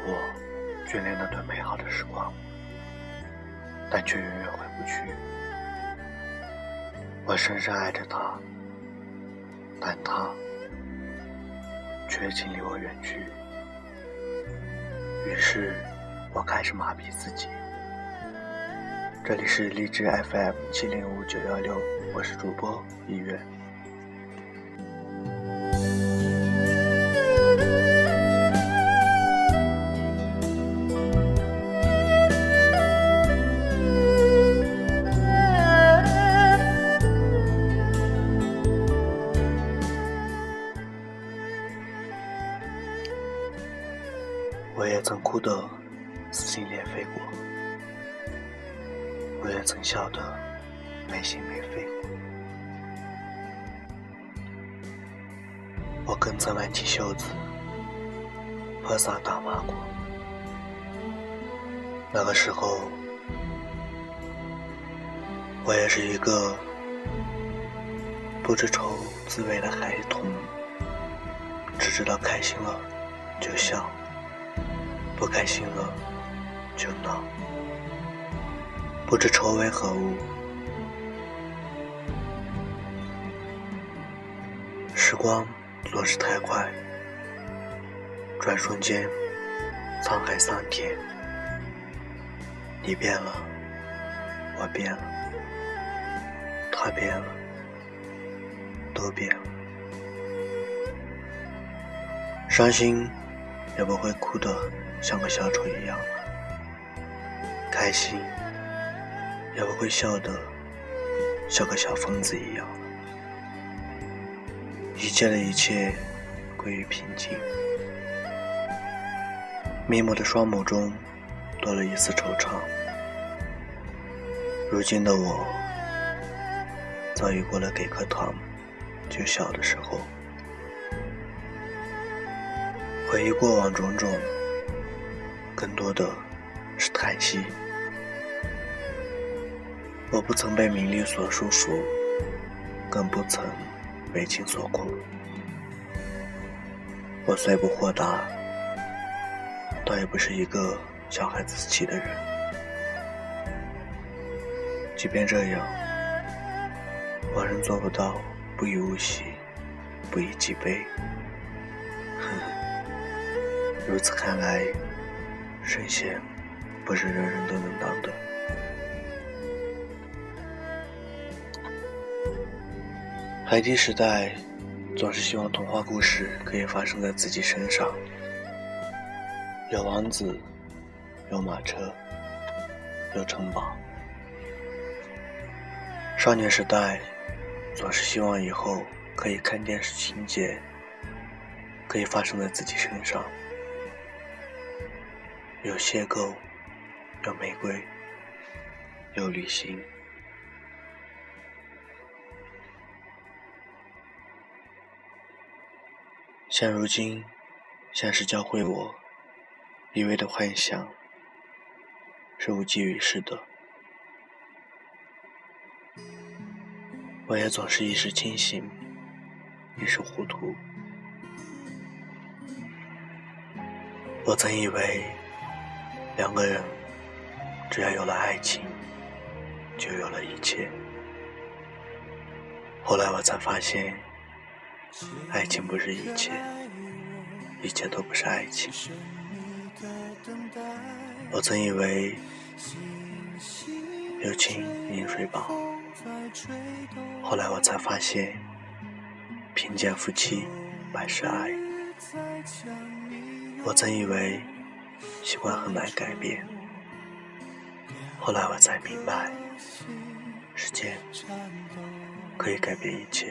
我眷恋那段美好的时光，但却永远回不去。我深深爱着他，但他却请离我远去。于是我开始麻痹自己。这里是荔枝 FM705916，我是主播一月。我也曾哭得撕心裂肺过，我也曾笑得没心没肺过，我更曾挽起袖子泼洒大骂过。那个时候我也是一个不知愁滋味的孩童，只知道开心了就笑，不开心了就闹，不知愁为何物。时光总是太快，转瞬间沧海桑田。你变了，我变了，他变了，都变了。伤心也不会哭得像个小丑一样了，开心也不会笑得像个小疯子一样了。一切的一切归于平静，迷蒙的双眸中多了一丝惆怅。如今的我早已过了给颗糖就笑的时候，回忆过往种种，更多的是叹息。我不曾被名利所束缚，更不曾为情所困。我虽不豁达，倒也不是一个小孩子气的人。即便这样，我仍做不到不以物喜，不以己悲。如此看来，圣贤不是人人都能当的。孩提时代总是希望童话故事可以发生在自己身上，有王子，有马车，有城堡。少年时代总是希望以后可以看电视情节可以发生在自己身上，有邂逅，有玫瑰，有旅行。现如今，现实教会我，一味的幻想是无济于事的。我也总是一时清醒，一时糊涂。我曾以为两个人只要有了爱情就有了一切，后来我才发现爱情不是一切，一切都不是爱情。我曾以为有情饮水饱，后来我才发现贫贱夫妻百事哀。我曾以为习惯很难改变，后来我才明白时间可以改变一切。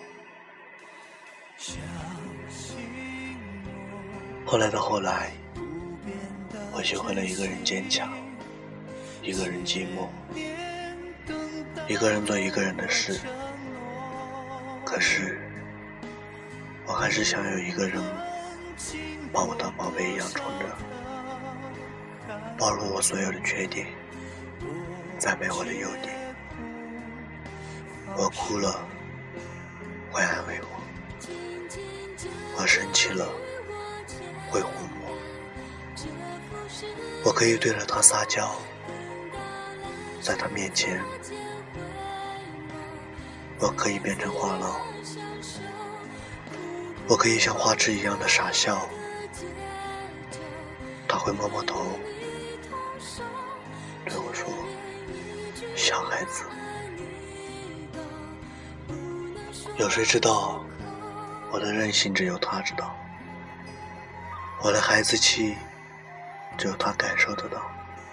后来的后来，我学会了一个人坚强，一个人寂寞，一个人做一个人的事。可是我还是想有一个人把我当宝贝一样宠着，包容我所有的缺点，赞美我的优点。我哭了会安慰我，我生气了会哄我， 我可以对着他撒娇，在他面前，我可以变成话痨，我可以像花痴一样的傻笑，他会摸摸头，对我说：“小孩子。”有谁知道我的任性只有他知道，我的孩子气只有他感受得到，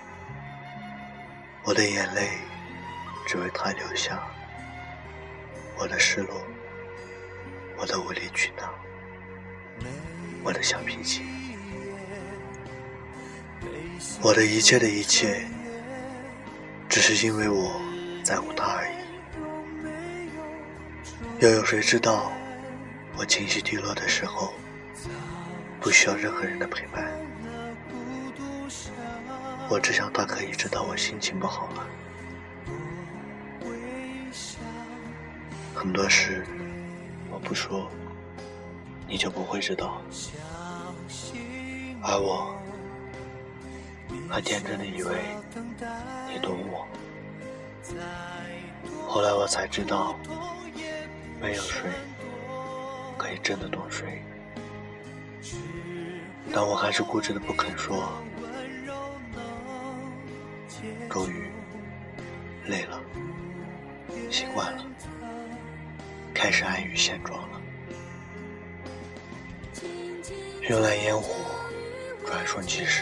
我的眼泪只为他流下，我的失落，我的无理取闹，我的小脾气，我的一切的一切，只是因为我在乎他而已。又有谁知道我情绪低落的时候不需要任何人的陪伴，我只想他可以知道我心情不好了。很多事我不说你就不会知道，而我还天真的以为你懂我。后来我才知道，没有谁可以真的懂谁，但我还是固执的不肯说。终于累了，习惯了，开始安于现状了。云来烟火，转瞬即逝，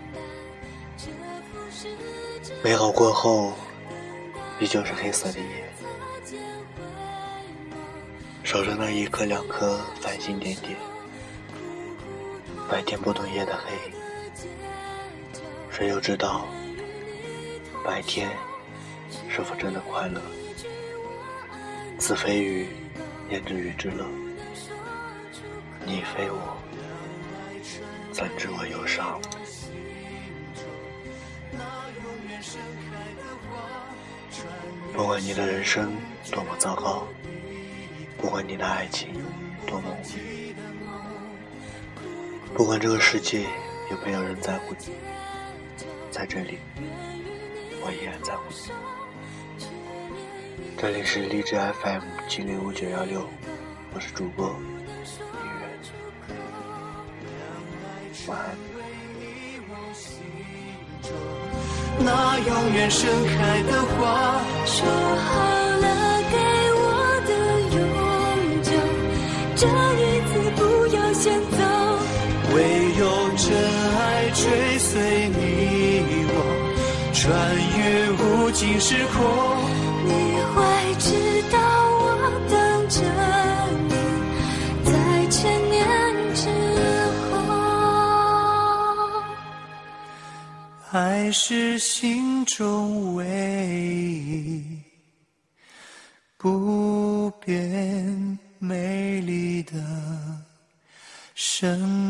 美好过后依旧是黑色的夜，守着那一颗两颗繁星点点，白天不懂夜的黑，谁又知道白天是否真的快乐？子非鱼，焉知鱼之乐？你非我，怎知我忧伤？不管你的人生多么糟糕，不管你的爱情多么无语，不管这个世界有没有人在乎你，在这里我依然在乎你。这里是荔枝 FM 705916，我是主播一月，晚安。 那永远盛开的花， 说好了给我的永久，这一次不要先走。 唯有真爱追随你我，穿越无尽时空。 你会知道我等着你，在千年之后。 爱是心中唯一不变美丽的生